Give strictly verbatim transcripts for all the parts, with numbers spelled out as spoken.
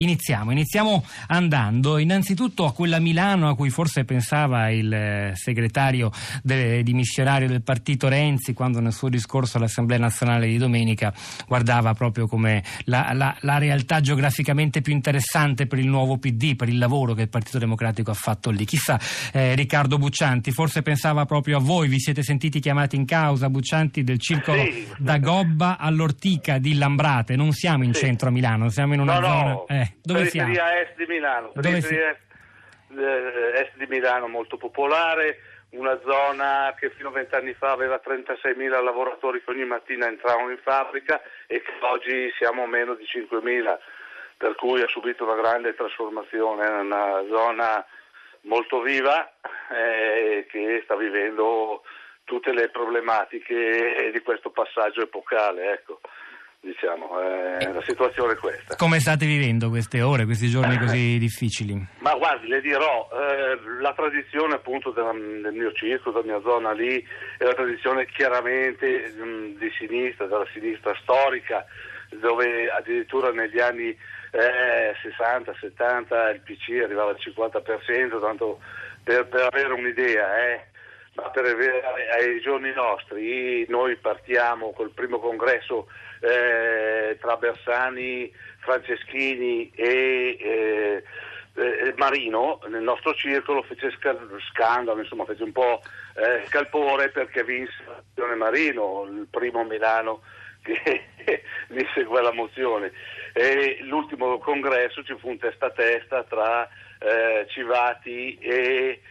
Iniziamo, iniziamo andando innanzitutto a quella Milano a cui forse pensava il eh, segretario de, dimissionario del partito Renzi quando nel suo discorso all'Assemblea Nazionale di domenica guardava proprio come la, la, la realtà geograficamente più interessante per il nuovo P D, per il lavoro che il Partito Democratico ha fatto lì. Chissà, eh, Riccardo Buccianti, forse pensava proprio a voi, vi siete sentiti chiamati in causa, Buccianti, del circolo sì. da Gobba all'Ortica di Lambrate. Non siamo in sì. centro a Milano, siamo in una no, zona... No. Eh, dove siamo? Periferia est di Milano, periferia est, eh, est di Milano molto popolare, una zona che fino a vent'anni fa aveva trentaseimila lavoratori che ogni mattina entravano in fabbrica e che oggi siamo meno di cinquemila, per cui ha subito una grande trasformazione, è una zona molto viva eh, che sta vivendo tutte le problematiche di questo passaggio epocale, ecco. Diciamo, eh, la situazione è questa. Come state vivendo queste ore, questi giorni così difficili? Ma guardi, le dirò, eh, la tradizione appunto della, del mio circo, della mia zona lì, è la tradizione chiaramente mh, di sinistra, della sinistra storica, dove addirittura negli anni eh, sessanta settanta il P C arrivava al cinquanta per cento, tanto per, per avere un'idea, eh. Ma per avere ai giorni nostri, noi partiamo col primo congresso eh, tra Bersani, Franceschini e eh, eh, Marino, nel nostro circolo fece scandalo, insomma fece un po' eh, scalpore perché vinse Marino, il primo Milano che vinse quella mozione. E l'ultimo congresso ci fu un testa a testa tra eh, Civati e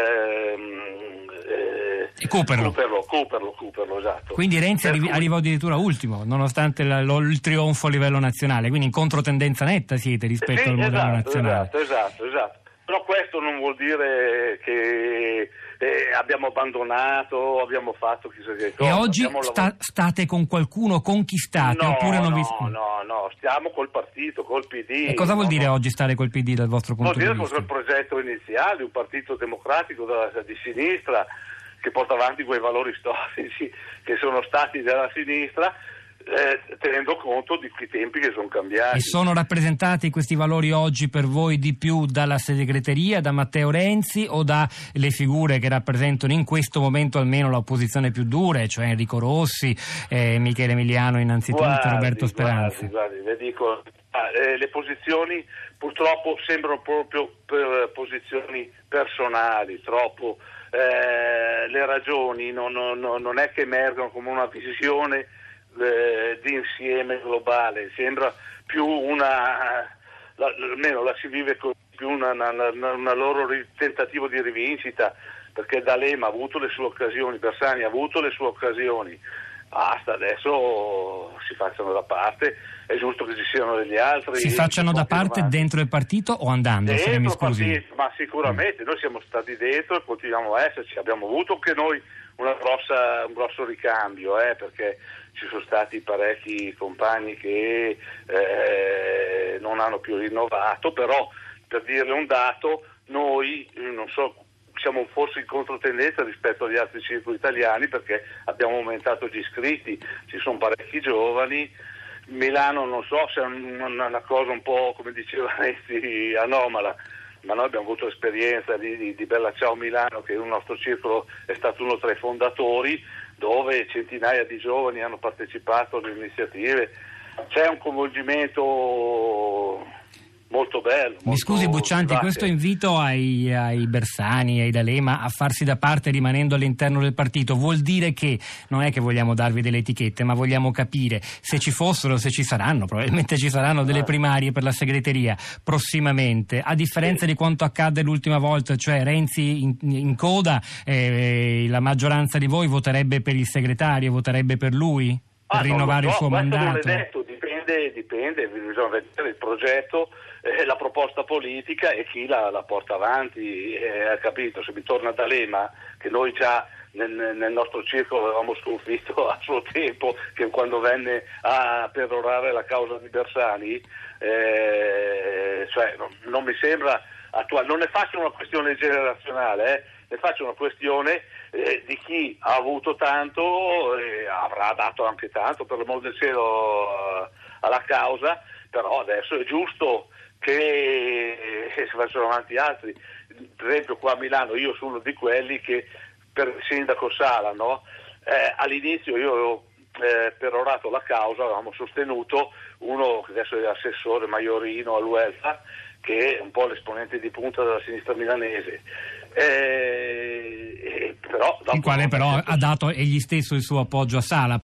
Ehm, eh, e Cooperlo. Cooperlo, Cooperlo, Cooperlo, esatto. Quindi Renzi cui... arrivò addirittura ultimo, nonostante la, lo, il trionfo a livello nazionale, quindi in controtendenza netta siete rispetto sì, al modello esatto, nazionale. Esatto, esatto, esatto. Però questo non vuol dire che eh, abbiamo abbandonato, abbiamo fatto chissà che cosa. E oggi sta, state con qualcuno, conquistate no, oppure non no, vi... No, no, stiamo col partito, col P D. E cosa vuol no, dire no. oggi stare col P D dal vostro punto vuol di vista? Vuol dire col progetto iniziale, un partito democratico da, di sinistra che porta avanti quei valori storici che sono stati della sinistra, Eh, tenendo conto di quei tempi che sono cambiati. E sono rappresentati questi valori oggi per voi di più dalla segreteria, da Matteo Renzi o dalle figure che rappresentano in questo momento almeno l'opposizione più dura, cioè Enrico Rossi, eh, Michele Emiliano innanzitutto, guardi, Roberto Speranza? Guardi, guardi, le dico, eh, le posizioni purtroppo sembrano proprio per posizioni personali, troppo eh, le ragioni non, non, non è che emergono come una visione Eh, di insieme globale, sembra più una, la, almeno la si vive con più una, una, una loro ri, tentativo di rivincita, perché D'Alema ha avuto le sue occasioni, Bersani ha avuto le sue occasioni, basta, adesso si facciano da parte, è giusto che ci siano degli altri. Si facciano da parte avanti. Dentro il partito o andando? Dentro se mi partito, scusi. ma sicuramente, mm. noi siamo stati dentro e continuiamo a esserci, abbiamo avuto anche noi una grossa, un grosso ricambio, eh, perché ci sono stati parecchi compagni che eh, non hanno più rinnovato, però per dirle un dato, noi non so, siamo forse in controtendenza rispetto agli altri circoli italiani perché abbiamo aumentato gli iscritti, ci sono parecchi giovani. Milano non so se è una, una cosa un po', come diceva Renzi, anomala, ma noi abbiamo avuto esperienza di, di, di Bella Ciao Milano, che il nostro circolo è stato uno tra i fondatori, dove centinaia di giovani hanno partecipato alle iniziative. C'è un coinvolgimento molto bello. Mi molto scusi Buccianti, vivace. questo invito ai, ai Bersani, ai D'Alema a farsi da parte rimanendo all'interno del partito vuol dire che non è che vogliamo darvi delle etichette, ma vogliamo capire se ci fossero, se ci saranno, probabilmente ci saranno delle primarie per la segreteria prossimamente, a differenza sì. di quanto accadde l'ultima volta, cioè Renzi in, in coda, eh, la maggioranza di voi voterebbe per il segretario, voterebbe per lui? Per ah, rinnovare no, il suo questo mandato? Non è detto, dipende, dipende, bisogna vedere il progetto, eh, la proposta politica e chi la, la porta avanti, eh, ha capito? Se mi torna D'Alema, che noi già nel, nel nostro circolo avevamo sconfitto a suo tempo, che quando venne a perorare la causa di Bersani, eh, cioè non, non mi sembra attuale, non ne faccio una questione generazionale, eh, ne faccio una questione eh, di chi ha avuto tanto e avrà dato anche tanto, per l'amor del cielo, uh, alla causa, però adesso è giusto che facessero avanti altri. Per esempio qua a Milano io sono uno di quelli che per il sindaco Sala, no? eh, all'inizio io avevo eh, perorato la causa, avevamo sostenuto uno che adesso è assessore Maiorino all'Uelfa, che è un po' l'esponente di punta della sinistra milanese. Eh, eh, però, il quale però ha dato egli stesso il suo appoggio a Sala.